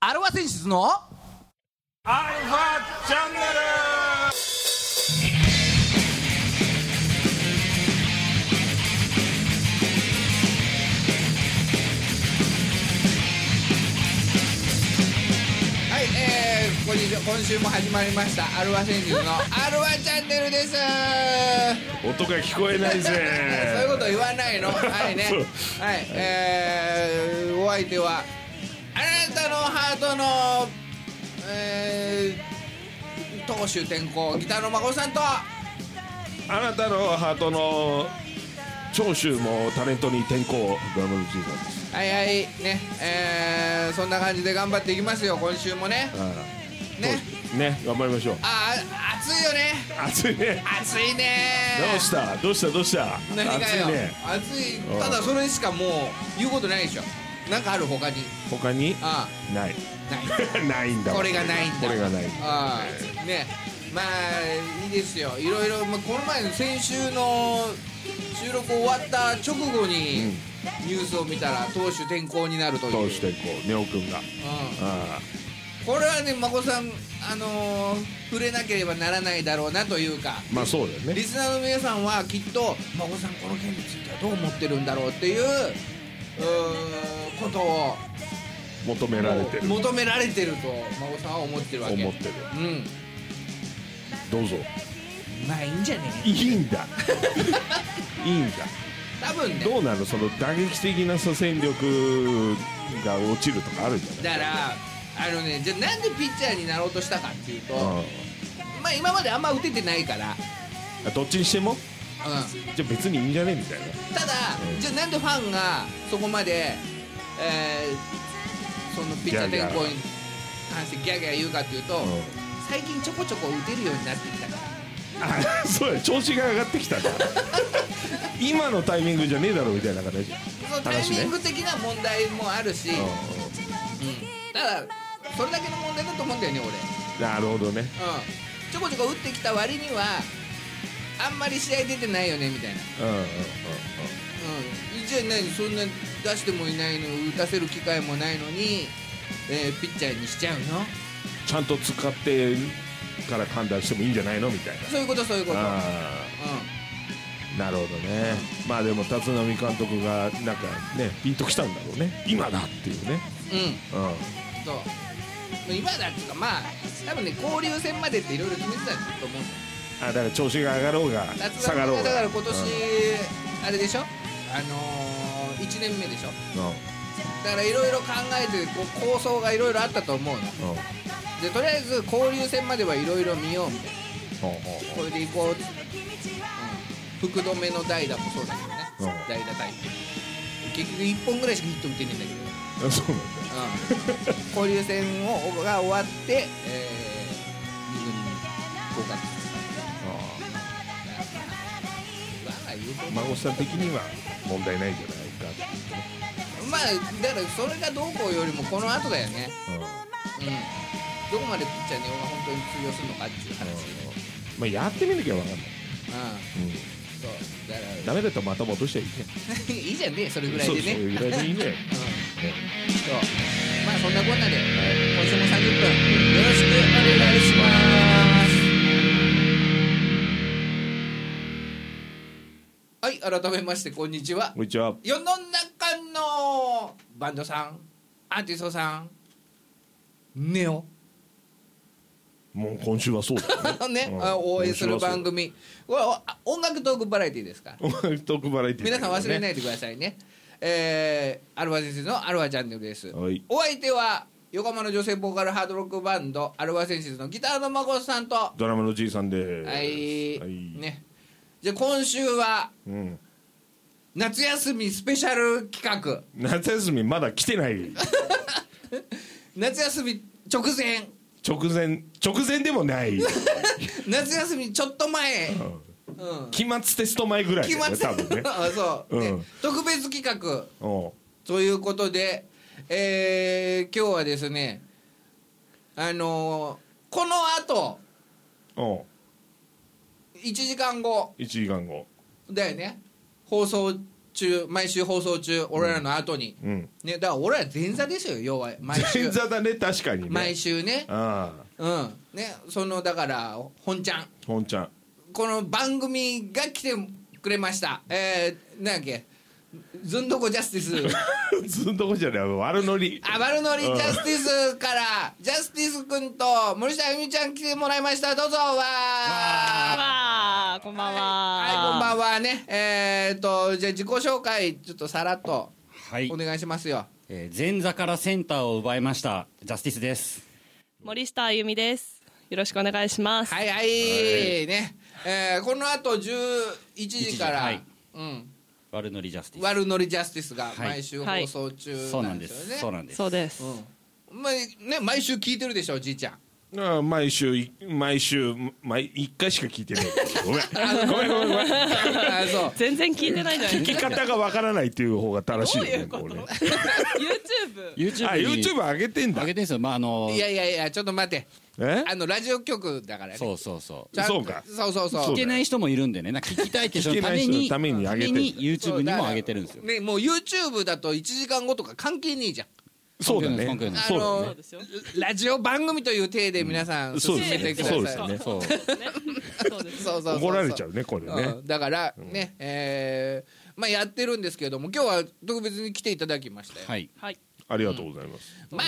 アルファ選出のアルファチャンネル。 はい、こんにちは。今週も始まりましたアルファ戦術のアルファチャンネルです。 音が聞こえないぜ。 そういうこと言わないの。はいね。はい、お相手はあなたのハートの、投手転向ギターの孫さんと、 あなたのハートの長州もタレントに転向、ドラムのじいさんです。 はいはいね、そんな感じで頑張っていきますよ。今週もね。ね。 ね、頑張りましょう。 暑いよね。 暑いね。 暑いね。 どうした何がよ。 暑いね。 暑い。ただそれしかもう言うことないでしょ。なんかある他に。 ないないんだ。 これがないんだ。 これがない。 ね。まあいいですよ。いろいろ、この前の先週の収録終わった直後にニュースを見たら投手転向になるという。 投手転向、ネオくんが。 これはね、孫さん、触れなければならないだろうなというか、 まあそうだよね。 リスナーの皆さんはきっと孫さんこの件についてはどう思ってるんだろうっていうことを求められてると孫さんは思ってるわけ。 思ってる。どうぞ。 まあいいんじゃねえ。 いいんだいいんだ。 多分ね。 どうなの、その打撃的な戦力が落ちるとかあるんじゃない。 だからじゃあなんでピッチャーになろうとしたかっていうと、まあ今まであんま打ててないから、 どっちにしても、じゃあ別にいいんじゃねえみたいな。 ただ、じゃあなんでファンがそこまで、そのピッチャー転向に関してギャーギャー言うかっていうと、最近ちょこちょこ打てるようになってきたから。 そうや、調子が上がってきたから今のタイミングじゃねえだろみたいな形。 そのタイミング的な問題もあるし、ただそれだけの問題だと思うんだよね、俺。 なるほどね。 ちょこちょこ打ってきた割にはあんまり試合出てないよねみたいな。じゃあ何、そんな出してもいないの、打たせる機会もないのに、ピッチャーにしちゃうの。 ちゃんと使ってから判断してもいいんじゃないのみたいな。 そういうこと。 なるほどね。まあでも立浪監督がなんかね、ピンときたんだろうね、今だっていうね。 そう今だっていうか、まあ多分ね、交流戦までっていろいろ決めてたと思うんだよ。 だから調子が上がろうが下がろうが。 だから今年、あれでしょ、1年目でしょ。だからいろいろ考えて構想がいろいろあったと思うの。でとりあえず交流戦まではいろいろ見ようみたいな。これでいこう。福留の代打もそうだけどね、代打タイプ結局1本ぐらいしかヒット打てねえんだけど。 そうなんだ。 交流戦が終わって、2軍に合格。 孫さん的には問題ないんじゃないか。 まあだからそれがどうこうよりもこの後だよね。どこまでピッチャーネオが本当に通用するのかっていう話で、 まあやってみなきゃ分かんない。 そうだからダメだったらまた戻しちゃいいね。 いいじゃんね、それぐらいでね。 それぐらいでいいね。 そうまあそんなこんなで、今週も30分よろしくお願いします。はい、改めましてこんにちは。 こんにちは。 世の中のバンドさん、アーティストさん、ネオもう今週はそうだね。 応援する番組は音楽トークバラエティですから。 音楽トークバラエティ、 皆さん忘れないでくださいね。アルファ先生のアルファチャンネルです。お相手は横浜の女性ボーカルハードロックバンドアルファ先生のギターの孫さんとドラムのじいさんでね。じゃあ今週は、夏休みスペシャル企画。 夏休みまだ来てない夏休み直前でもない夏休みちょっと前、 期末テスト前ぐらいだよね、多分ね。 そう、特別企画ということで、今日はですね、この後1時間後 1時間後だよね、放送毎週放送中、俺らの後に、ね、だから俺ら前座ですよ、要は毎週前座だね、確かにね、 毎週ね、ね、だから本ちゃんこの番組が来てくれました。なんだっけ、ずんどこジャスティスずんどこじゃない、悪ノリジャスティスからジャスティス君と森下あゆみちゃん来てもらいました。どうぞ。わー、こんばんは。 はい、こんばんはね。じゃあ自己紹介ちょっとさらっとお願いしますよ。 前座からセンターを奪いましたジャスティスです。 森下あゆみです。よろしくお願いします。 はいね、この後11時から、 悪ノリジャスティスが毎週放送中なんですよね。 そうです。 毎週聞いてるでしょ、じいちゃん。 毎週1回しか聞いてない。ごめんそう全然聞いてないじゃないですか。 聞き方がわからないっていう方が正しいよね。 どういうこと YouTube 上げてんだ。 上げてんですよ。 いやちょっと待って、ラジオ局だからね。 そうか。 聞けない人もいるんでね、聞きたいって人のために YouTube にも上げてるんですよね。 もう YouTube だと1時間後とか関係ねえじゃん。 そうだね。 ラジオ番組という体で皆さん進めてください。 怒られちゃうね、これね。 だからね、やってるんですけれども、今日は特別に来ていただきましたよ。 はい、ありがとうございます。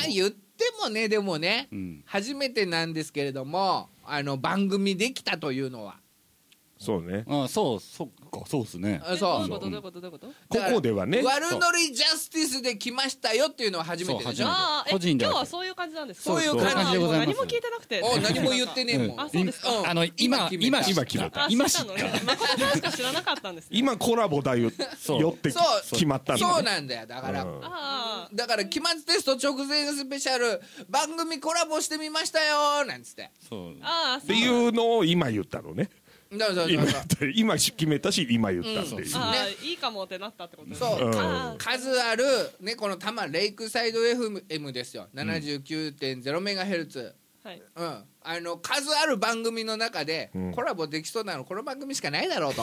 言ってもね、でもね、初めてなんですけれども、番組できたというのは。 そうね。 そうですね。 どういうことここではね、 悪ノリジャスティスで来ましたよっていうのは初めてでしょ。 今日はそういう感じなんですか。 そういう感じでございます。 何も聞いてなくて。 何も言ってねえもん。 そうですか。 今決めた。 今知ったのね。誠さんしか知らなかったんです。 今コラボだよって決まったんだ。 そうなんだよ。だから期末テスト直前スペシャル番組コラボしてみましたよなんつって。 っていうのを今言ったのね。今決めたし今言ったっていう、 いいかもってなったってことですね。数あるね、この多摩レイクサイド FM ですよ。 79.0 メガヘルツ。数ある番組の中でコラボできそうなのこの番組しかないだろうと。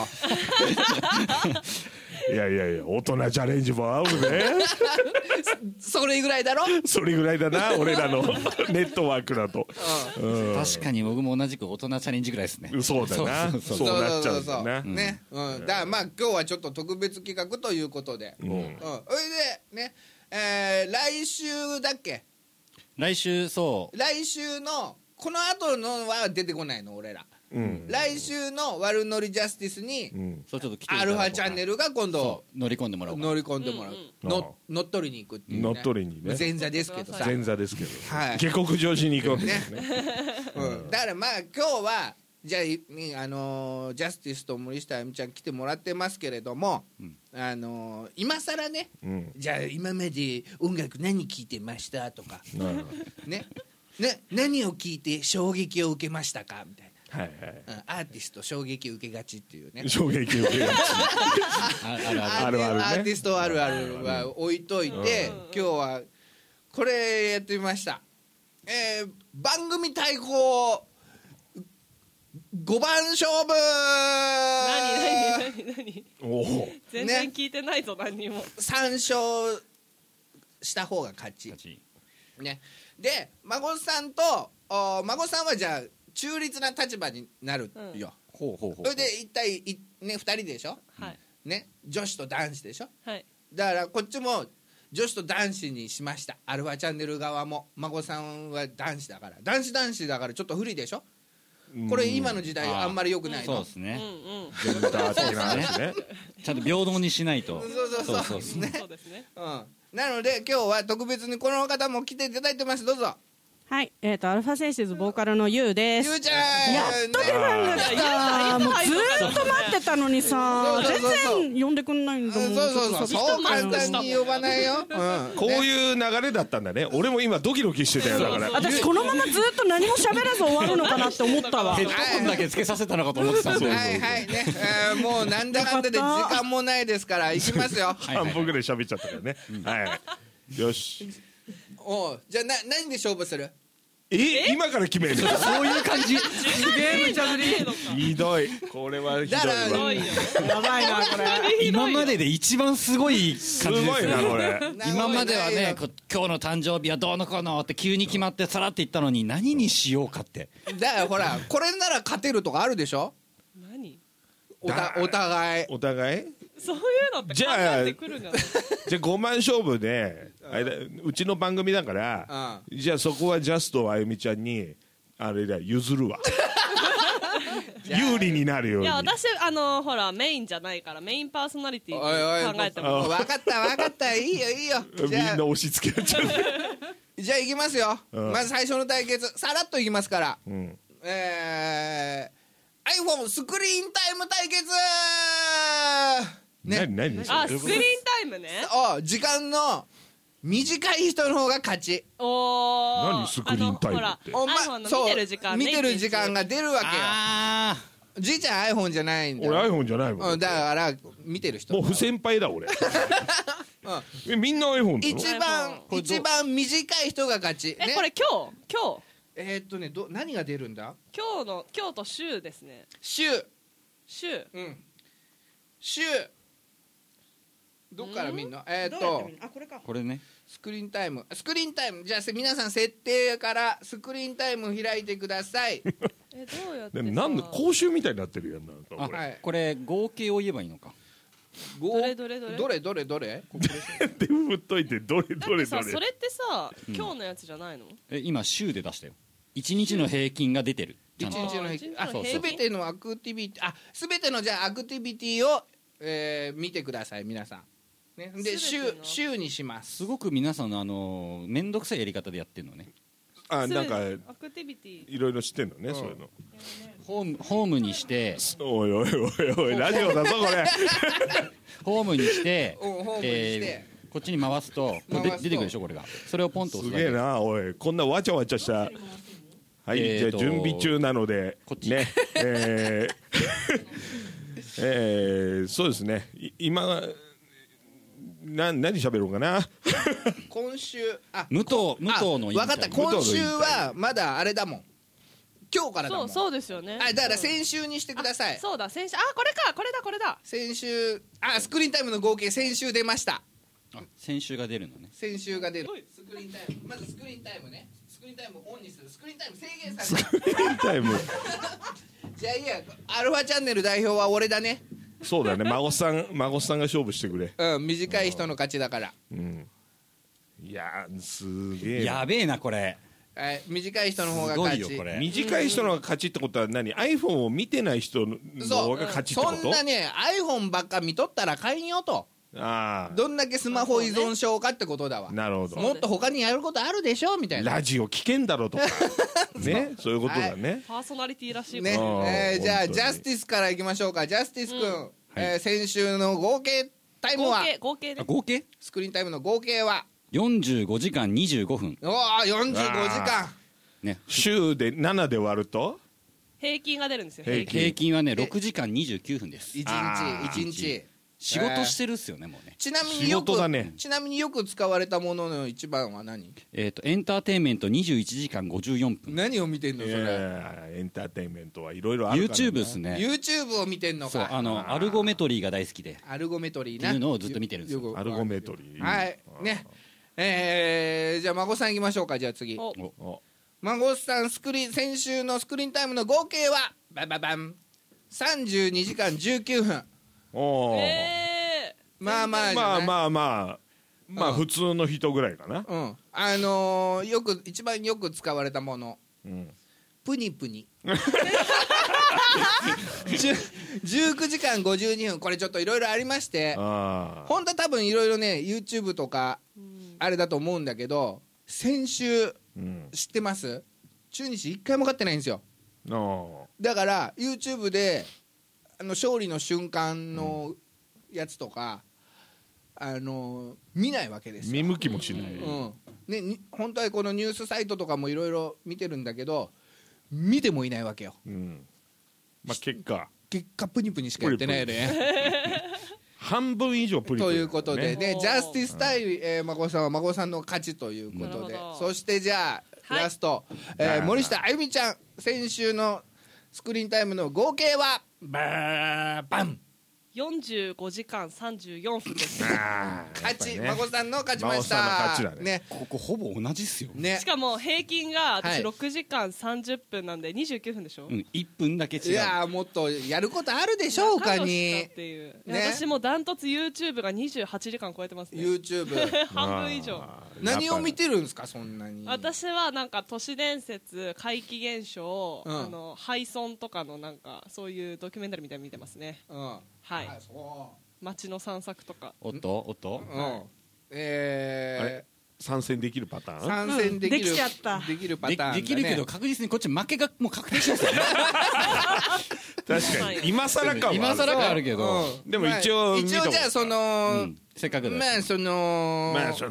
いや大人チャレンジも合うね。 それぐらいだろ。 それぐらいだな、俺らのネットワークだと。 確かに僕も同じく大人チャレンジぐらいですね。 そうだな、そうなっちゃうんだなね。だから今日はちょっと特別企画ということで、それでね、来週だっけ。 来週のこの後のは出てこないの俺ら。来週の悪ノリジャスティスにアルファチャンネルが今度乗り込んでもらう。 乗っ取りに行くっていうね。 乗っ取りにね。 前座ですけどさ。 下克上しに行くわけですね。 だから今日はじゃあジャスティスと森下あゆみちゃん来てもらってますけれども、今更ね、じゃあ今まで音楽何聴いてましたとかね、何を聴いて衝撃を受けましたかみたいな。アーティスト衝撃受けがちっていうね。 衝撃受けがち。 あるね。アーティストあるあるは置いといて、今日はこれやってみました。番組対抗5番勝負。 何全然聞いてないぞ、何にも。 3勝した方が勝ちね。で孫さんはじゃあ中立な立場になるよ。それで1対2人でしょ。ね、女子と男子でしょ。だからこっちも女子と男子にしました。アルファチャンネル側も孫さんは男子だから男子だからちょっと不利でしょ。これ今の時代あんまり良くないの。 そうですね。 ジェンダー的な話ね。 ちゃんと平等にしないと。 そうですね。なので今日は特別にこの方も来ていただいてます。どうぞ。 はい、アルファセンシズボーカルのゆうです。 ゆうちゃん、 やっと出番が来た。もうずーっと待ってたのにさ、全然呼んでくんないんだもん。 そう簡単に呼ばないよ。 こういう流れだったんだね。俺も今ドキドキしてたよ。だから私このままずっと何も喋らず終わるのかなって思ったわ。 ヘッドホンだけつけさせたのかと思ってたんで。 はいね、もうなんだかんだで時間もないですから行きますよ。 半分ぐらい喋っちゃったからね。はい。よし。 じゃあ何で勝負する？ 今から決めるのそういう感じ。 すげえ無茶ぶり。 ひどい。これはひどいわ。 やばいなこれ。 今までで一番すごい感じですすごいなこれ。 今まではね、今日の誕生日はどうのこうのって急に決まってさらって言ったのに、何にしようかって。 だからほらこれなら勝てるとかあるでしょ。 何？ お互い。 お互い？ そういうのって考えてくるんじゃない？ じゃあ5万勝負で、うちの番組だから、じゃあそこはジャストあゆみちゃんにあれだ譲るわ。有利になるように。 いや私ほらメインじゃないからメインパーソナリティ考えても分かったいいよ。 みんな押し付けちゃう。 じゃあいきますよ。まず最初の対決さらっといきますから。iPhone スクリーンタイム対決。 何あ、スクリーンタイムね。 時間の短い人の方が勝ち。 何スクリーンタイムって。 iPhone の見てる時間ね。 見てる時間が出るわけよ。じいちゃん iPhone じゃないんだよ。 俺 iPhone じゃないもん。 だから見てる人もう不先輩だ俺。みんな iPhone だろ。 一番短い人が勝ち。 これ今日何が出るんだ。 今日と週ですね。 週どっから見んの。 これね。 スクリーンタイムじゃあ皆さん設定からスクリーンタイム開いてください。 どうやってさ。 なんで講習みたいになってるやんなんかこれ。 これ合計を言えばいいのか。 どれどれで振っといてどれそれってさ今日のやつじゃないの。 今週で出したよ。1日の平均が出てる。 1日の平均。全てのアクティビティ全てのじゃあアクティビティを見てください皆さん。ね、で週にします。 すごく皆さんの面倒くさいやり方でやってるのね。 なんかアクティビティいろいろ知ってんのねそういうの。 ホームにして。 おいラジオだぞこれ。 ホームにしてこっちに回すと出てくるでしょこれが。それをポンと押すだけ。 すげえなおいこんなわちゃわちゃした。はいじゃあ準備中なのでねそうですね今何喋ろうかな。 今週武藤の分かった。今週はまだあれだもん。今日からだもん。 そうですよね。 だから先週にしてください。 そうだ先週。これだ。 先週スクリーンタイムの合計先週出ました。 先週が出るのね。 先週が出る。スクリーンタイムまずスクリーンタイムね。スクリーンタイムオンにする。スクリーンタイム制限される。 スクリーンタイムじゃあいいやアルファチャンネル代表は俺だね。 そうだね孫さんが勝負してくれ。 短い人の勝ちだから。 いやすげえやべえなこれ。 短い人の方が勝ち。 短い人の勝ちってことは何 iPhone を見てない人の方が勝ちってこと。 そんなね iPhone ばっか見とったら買いんよと。どんだけスマホ依存症かってことだわ。 なるほど。 もっと他にやることあるでしょみたいな。 ラジオ聞けんだろとかねそういうことだね。 パーソナリティらしいね。じゃあジャスティスからいきましょうか。ジャスティス君先週の合計タイムは合計スクリーンタイムの合計は 45時間25分。 45時間ね。 週で7で割ると平均が出るんですよ。 平均はね6時間29分です。 1日仕事してるっすよねもうね。 ちなみによく使われたものの一番は何。 エンターテインメント21時間54分。 何を見てんのそれ。 エンターテインメントはいろいろあるからね。 YouTube っすね。 YouTube を見てんのか。 そうアルゴメトリーが大好きで。 アルゴメトリーなっていうのをずっと見てるんですよ。 アルゴメトリー。 はいね。じゃあ孫さんいきましょうか。じゃあ次孫さん先週のスクリーンタイムの合計はバン32時間19分。まあ普通の人ぐらいかな。 一番よく使われたものプニプニ。19時間52分。これちょっといろいろありまして、本当は多分いろいろね YouTube とかあれだと思うんだけど、先週知ってます？中日1回も勝ってないんですよ。だから YouTube で勝利の瞬間のやつとか見ないわけですよ。 見向きもしない。 本当はこのニュースサイトとかもいろいろ見てるんだけど見てもいないわけよ。 結果プニプニしかやってないよね。 半分以上プニプニということでね、ジャスティス対孫さんは孫さんの勝ちということで、そしてじゃあラスト、森下あゆみちゃん、先週のスクリーンタイムの合計はバン 45時間34分です。 勝ち、孫さんの勝ちました。 孫さんの勝ちだね。 ここほぼ同じっすよね。 しかも平均が私6時間30分なんで29分でしょ。 1分だけ違う。 いやもっとやることあるでしょうかに。 っていう。私もダントツ YouTube が28時間超えてますね。 YouTube 半分以上。 何を見てるんですかそんなに。 私はなんか都市伝説、怪奇現象、廃村とかのなんかそういうドキュメンタリーみたいなの見てますね。はい。街の散策とか。 おっとあれ参戦できるパターン。 参戦できる、 できちゃったできるパターンだね。 できるけど確実にこっち負けがもう確定してますよね。 確かに今更感はあるけど、 でも一応じゃあそのせっかくだまあそのおなじ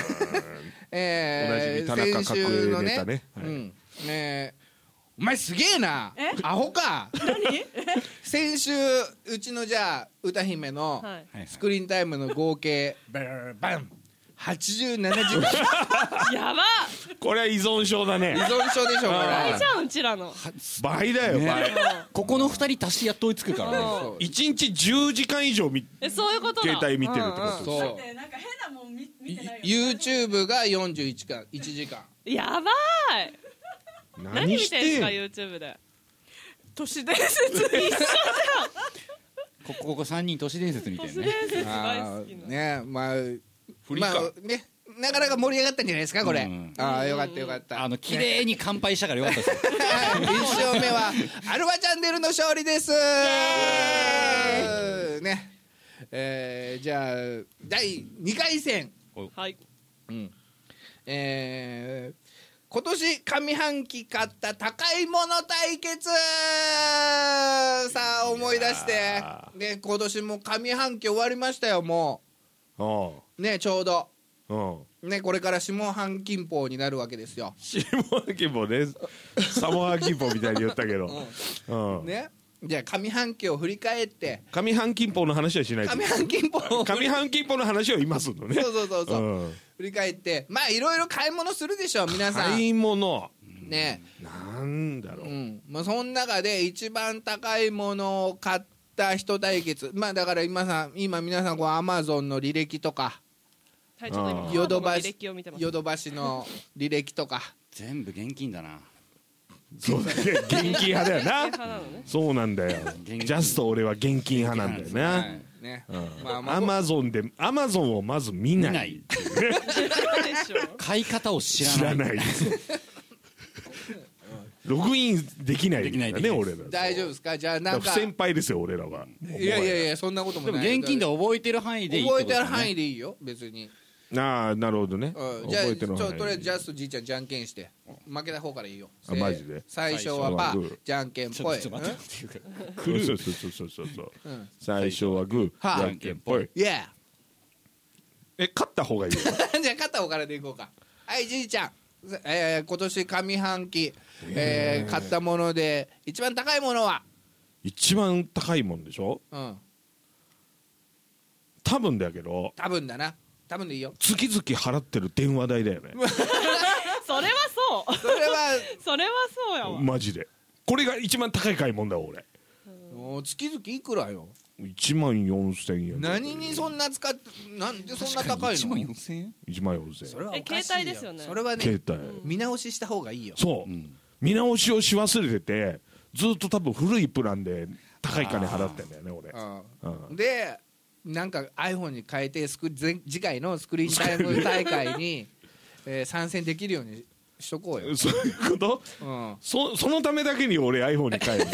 み田中角栄ネタね。お前すげえな、アホか。先週うちのじゃあ歌姫のスクリーンタイムの合計バン87時間。 やば。 これは依存症だね。 依存症でしょこれ。 倍じゃんうちらの。 倍だよ倍。 ここの2人足しやっと追いつくからね。 1日10時間以上そういうことだ。 携帯見てるってこと。 そう。 なんか変なもん見てない。 YouTube が41間1時間。 やばい。何見てんすか YouTube で。都市伝説。一緒じゃん。 ここ3人都市伝説見てるね。 都市伝説大好きな。 ねまあねなかなか盛り上がったんじゃないですかこれ。ああよかったよかった。 綺麗に乾杯したからよかったです。 1勝目はアルファチャンネルの勝利です。ね。じゃあ第2回戦。 はい。 今年上半期買った高いもの対決。さあ思い出してね、今年も上半期終わりましたよもうね、ちょうどね、これから下半期報になるわけですよ。 下半期報ね、サモハン期報みたいに言ったけどね、じゃあ上半期を振り返って上半期報の話はしないと。 上半期報上半期報の話を今するのね。 そう振り返ってまあいろいろ買い物するでしょ皆さん。 買い物ね、 なんだろう、 まあその中で一番高いものを買った人対決。まあだから今皆さんこう Amazon の履歴とかヨドバシの履歴とか全部現金だな。 そうだね、現金派だよな。そうなんだよ。ジャスト俺は現金派なんだよな。アマゾンをまず見ない。 買い方を知らない。 ログインできないんだね俺ら。 大丈夫ですか。じゃあなんか不先輩ですよ俺らは。 いやそんなこともない。 でも現金で覚えてる範囲でいい。 覚えてる範囲でいいよ別に。 ああなるほどね。 じゃあとりあえずジャストじいちゃんじゃんけんして負けた方からいいよ。 マジで。 最初はパーじゃんけんぽい。 そう最初はグーじゃんけんぽい。 勝った方がいいよ。 じゃあ勝った方からでいこうか。はいじいちゃん、今年上半期買ったもので一番高いものは。 一番高いもんでしょ。多分だけど。 多分だな。多分でいいよ。 月々払ってる電話代だよね。 それはそう。それはそうやわ。 マジで。これが一番高い買い物だ俺。 月々いくらよ。 14,000円。 何にそんな使って、なんでそんな高いの。 14,000円。 14,000円。 それはおかしいよ。 携帯ですよね。 それはね。 携帯。 見直しした方がいいよ。 そう。見直しをし忘れてて、ずっと多分古いプランで高い金払ってんだよね俺。 で。なんか iPhone に変えて次回のスクリーンタイム大会に参戦できるようにしとこうよ。 そういうこと、そのためだけに俺 iPhone に変える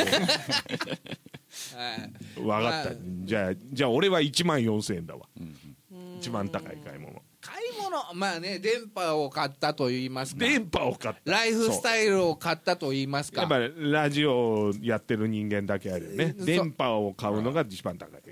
分かった。じゃあ俺は14,000円だわ。一番高い買い物。 まあね、電波を買ったと言いますか、 電波を買った、 ライフスタイルを買ったと言いますか。 やっぱりラジオをやってる人間だけあるよね。電波を買うのが一番高い。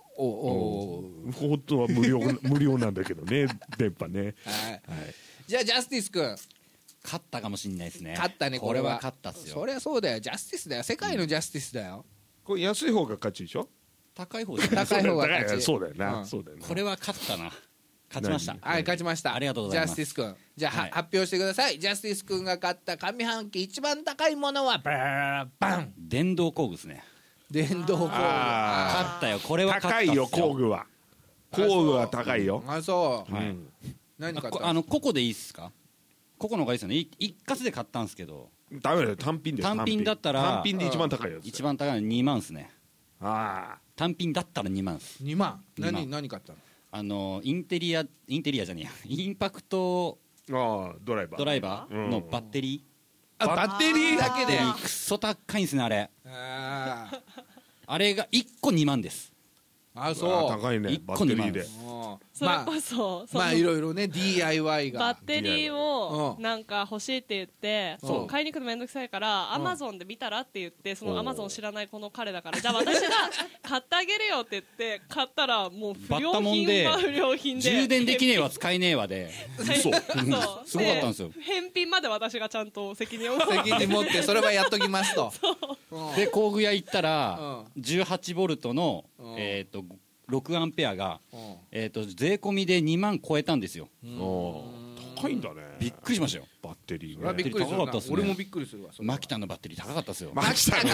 本当は無料なんだけどね電波ね。じゃあジャスティス君勝ったかもしれないですね。 勝ったね。 これは勝ったっすよ。 そりゃそうだよ。ジャスティスだよ。世界のジャスティスだよ。 これ安い方が勝ちでしょ。 高い方が勝ち。 そうだよな。 これは勝ったな。 勝ちました。 はい、勝ちました。 ありがとうございます。 ジャスティス君、じゃあ、発表してください。ジャスティス君が買った上半期一番高いものはバン。 電動工具ですね。 電動工具。 買ったよ。これは買った高いよ、工具は。工具は高いよ。 あ、そう。何買った？ ココでいいっすか？ココの方がいいですよね。一括で買ったんですけど。 ダメだよ、単品で。 単品だったら単品で一番高いやつ。 一番高いの2万ですね。単品だったら2万です。 2万。何買ったの？インテリアじゃねえや。インパクトドライバーのバッテリー。バッテリーだけでくっそ高いんですね、あれ。あれが1個2万です。 あ、そう。 高いね、バッテリーで。 それこそまあいろいろね DIY がバッテリーをなんか欲しいって言って買いに行くのめんどくさいからアマゾンで見たらって言って、そのアマゾン知らないこの彼だから、じゃあ私が買ってあげるよって言って買ったら、もう不良品で充電できねえわ使えねえわで、すごかったんですよ。 返品まで私がちゃんと責任持ってそれはやっときますと。 で工具屋行ったら18ボルトの6アンペアが税込みで2万超えたんですよ。 高いんだね。 びっくりしましたよ。 バッテリーが高かったっすね。俺もびっくりするわ。 マキタのバッテリー高かったっすよ。 マキタ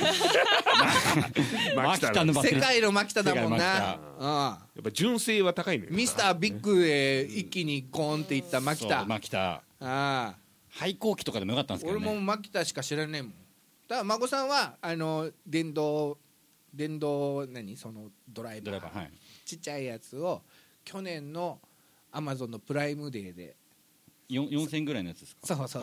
の世界のマキタだもんな。やっぱ純正は高いね。 ミスタービッグで一気にゴーンっていったマキタ。 廃校機とかでもよかったんですけどね。 俺もマキタしか知らねえもん。だから孫さんは電動そのドライバー、ちっちゃいやつを去年のアマゾンのプライムデーで 4000ぐらいのやつですか？ そう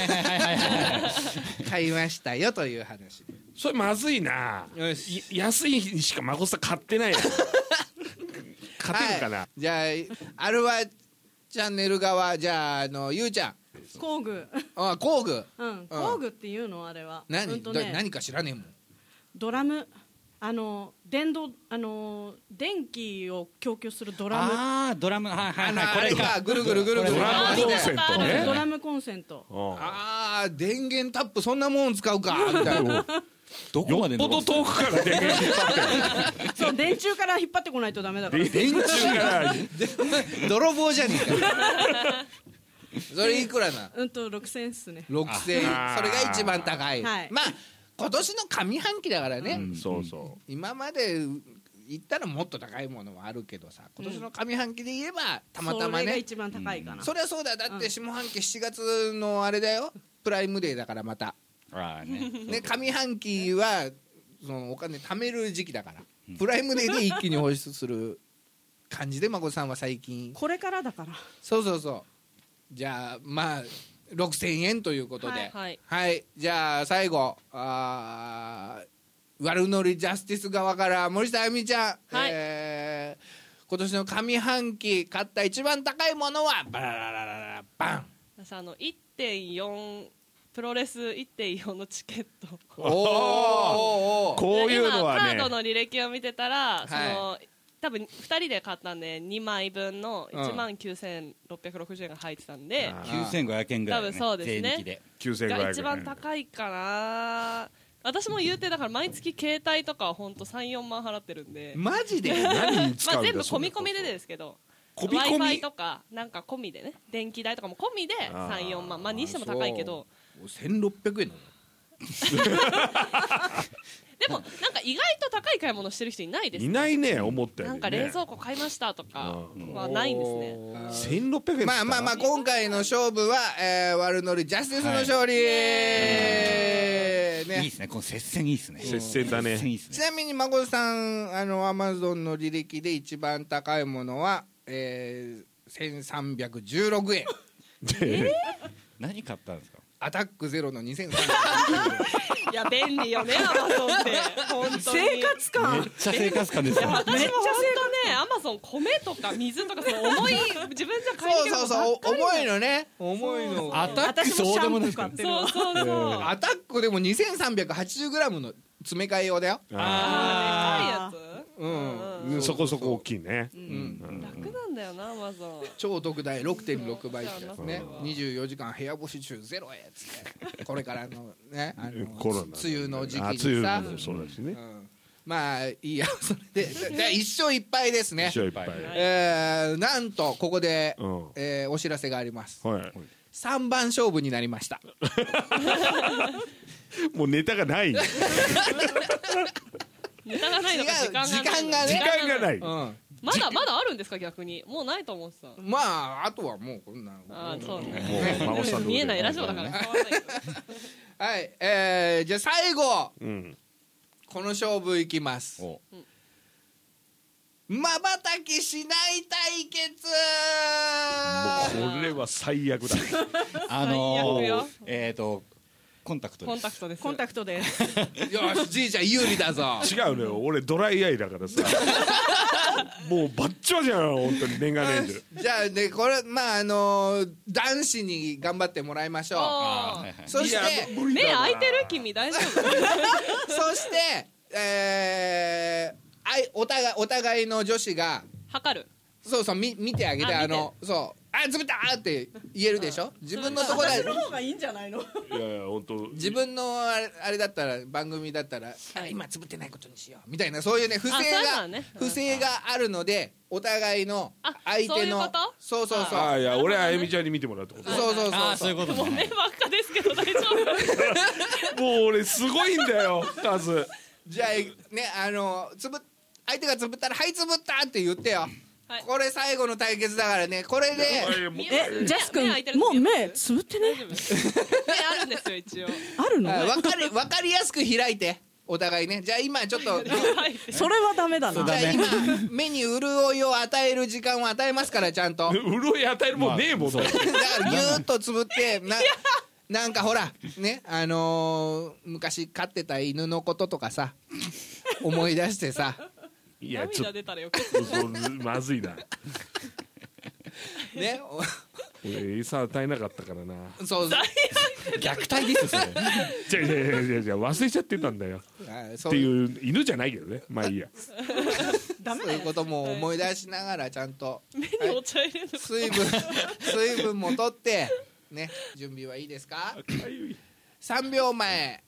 買いましたよという話。 それまずいな。安いにしか孫さん買ってないやん。勝てるかな。 じゃあアルワチャンネル側、じゃあゆうちゃん工具。 工具。 工具っていうのあれは何か知らねえもん。 ドラム、電気を供給するドラム。 ドラム、これか、ぐるぐるドラムコンセントね。 ドラムコンセント。 電源タップそんなもん使うかみたいな。 どこまでよっぽど遠くから電源引っ張ってる。 そう、電柱から引っ張ってこないとダメだから。 電柱から泥棒じゃねえか。それいくらな ？6000っすね。 6000。それが一番高い。まあ今年の上半期だからね。今まで言ったらもっと高いものはあるけどさ、今年の上半期で言えばたまたまね。それが一番高いかな。 そりゃそうだ。だって下半期7月のあれだよ。プライムデーだからまた。ね、上半期はそのお金貯める時期だから、プライムデーで一気に放出する感じで孫さんは最近これからだから。 そうじゃあまあ6000円ということで、はいじゃあ最後悪ノリジャスティス側から森下あゆみちゃん、今年の上半期買った一番高いものはバララララバン。 私1.4プロレス 1.4 のチケット。 こういうのはね、 今カードの履歴を見てたら、多分2人で買ったんで2枚分の19,660円が入ってたんで、 9500円ぐらい、 多分そうですね。が一番高いかな。私も言うてだから毎月携帯とかは本当3、4万払ってるんで。 マジで？ 何に使うんだ？ 全部込み込みでですけど、Wi-Fi とかなんか込みでね、電気代とかも込みで3、4万。まあにしても高いけど。 1600円なの。 でもなんか意外と高い買い物してる人いないですね。 いないね、思ったよりね。 なんか冷蔵庫買いましたとかはないんですね。 1600円。 まあ今回の勝負は悪ノリジャスティスの勝利。 いいですね、この接戦いいですね。 接戦だね。 ちなみに孫さんアマゾンの履歴で一番高いものは1316円。 何買ったんですか？ アタックゼロの2300円。 いや便利よね、アマゾンって本当に生活感。 めっちゃ生活感ですよ。 私も本当ね、アマゾン米とか水とかその重い自分じゃ買いに行くのばっかり。 重いのね、重いの。 アタックそうでもない。 そうアタックでも 2380g の詰め替え用だよ。 でかいやつ。 そこそこ大きいね。 楽なんだよな、アマゾン。 超特大 6.6 倍ってやつね。24時間部屋干し中ゼロやつって。これからのね、梅雨の時期にさ。 そうですね。 まあいいやそれでじゃあ1勝1敗ですね。 1勝1敗。 なんとここでお知らせがあります。3番勝負になりました。 もうネタがない。 ネタがないのか時間がない。 まだあるんですか逆に。もうないと思ってた。 まああとはもうこんなそうね。 見えないラジオだから。 はい、じゃあ最後、この勝負いきます。まばたきしない対決。 もうこれは最悪だ。 コンタクトです。 コンタクトです。 よしじいちゃん有利だぞ。 違うのよ、俺ドライアイだからさ。もうバッチバチやん本当に年が年中。 じゃあねこれまあ男子に頑張ってもらいましょう。そして目開いてる君大丈夫？ そしてお互いの女子が測る。 そう見てあげてそうつぶったーって言えるでしょ。自分のところ私の方がいいんじゃないの？いや本当。 自分のあれだったら番組だったら今つぶってないことにしようみたいなそういうね不正があるのでお互いの相手のそういや俺はあゆみちゃんに見てもらうってこと。 そういうこともう目ばっかですけど大丈夫？もう俺すごいんだよ数。 じゃあね相手がつぶったらはいつぶったって言ってよ。これ最後の対決だからね。これでジャス君もう目つぶってね。 目あるんですよ一応。 あるの？ 分かりやすく開いてお互いね。じゃあ今ちょっとそれはダメだな。 じゃあ今目に潤いを与える時間を与えますからちゃんと。 潤い与えるもんねえもん。だからギューッとつぶってなんかほらね昔飼ってた犬のこととかさ思い出してさ。 いや涙出たらよくまずいな。 ね、 俺餌与えなかったからな。 そう虐待ですそれ。 じゃ忘れちゃってたんだよ。っていう犬じゃないけどね。まあいいや。 そういうことも思い出しながらちゃんと目にお茶入れる。 水分もとってね準備はいいですか？3秒前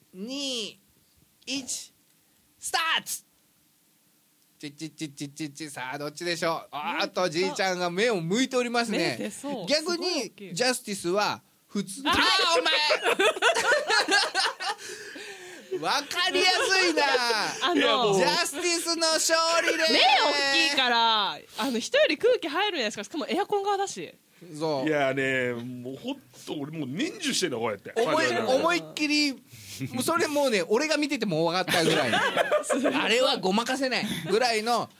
2、1スタート。さあどっちでしょう。とじいちゃんが目を向いておりますね。逆にジャスティスは普通。お前分かりやすいな。ジャスティスの勝利です。 目大きいから人より空気入るじゃないですか。しかもエアコン側だし。 そういやねもうほんと俺もう年中してんだこうやって思いっきりもうそれもうね俺が見てても分かったぐらいあれはごまかせないぐらいの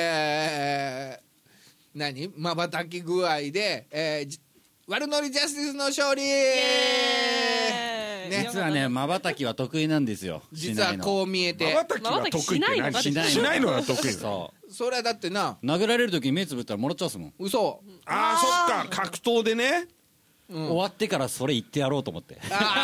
まばたき具合で悪ノリジャスティスの勝利。 実はねまばたきは得意なんですよ。 実はこう見えてまばたきは得意って何？しないのが得意。 それはだってな殴られる時に目つぶったらもらっちゃうっすもん。 嘘。 そっか格闘でね。 終わってからそれ言ってやろうと思って。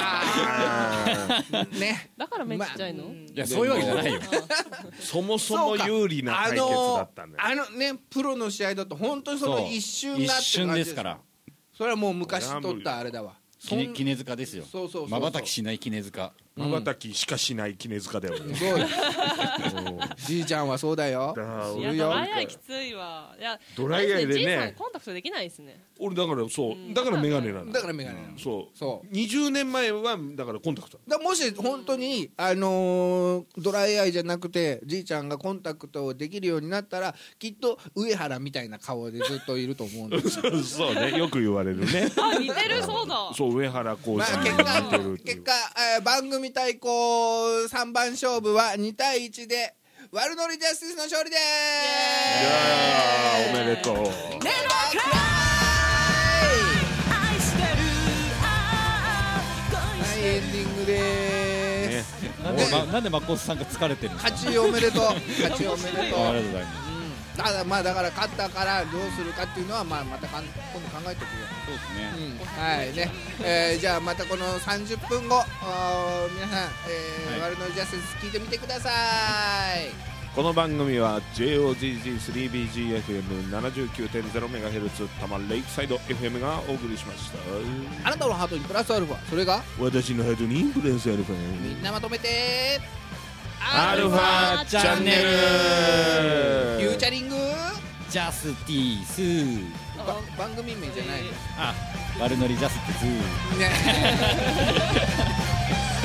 ね。 だから目ちっちゃいの？ いやそういうわけじゃないよ。 そもそも有利な対決だったんだよ。 ねプロの試合だと本当にその一瞬がって感じ。 一瞬ですから。 それはもう昔取ったあれだわ。 杵塚ですよ。まばたきしない杵塚。 まばたきしかしない杵塚だよね。 じいちゃんはそうだよ。 いやドライアイきついわ。いやドライアイでね。 じいさんコンタクトできないですね。 俺だからそうだからメガネなの。 だからメガネなの。 そう20年前はだからコンタクト。 もし本当にドライアイじゃなくてじいちゃんがコンタクトできるようになったらきっと上原みたいな顔でずっといると思うんです。 そうねよく言われるね。 似てるそうだ。 そう上原浩二に似てる。 結果番組対抗3番勝負は2対1で悪ノリジャスティスの勝利です。 いやおめでとう。 ネバークライ。エンディングでーす。 なんでマコスさんが疲れてるんですか？ 勝ちおめでとう。勝ちおめでとう。 ありがとうございます。 だから勝ったからどうするかっていうのはまた今度考えておくよ。 そうですね。 はいね。じゃあまたこの30分後皆さん悪ノリジャスティス聞いてみてください。 この番組は JOZZ3BGFM79.0MHz 多摩レイクサイド FM がお送りしました。 あなたのハートにプラスアルファ、それが私のハートにプラスアルファ。 みんなまとめてアルファチャンネル。 フューチャリングジャスティス。 番組名じゃないの。 悪ノリジャスティス。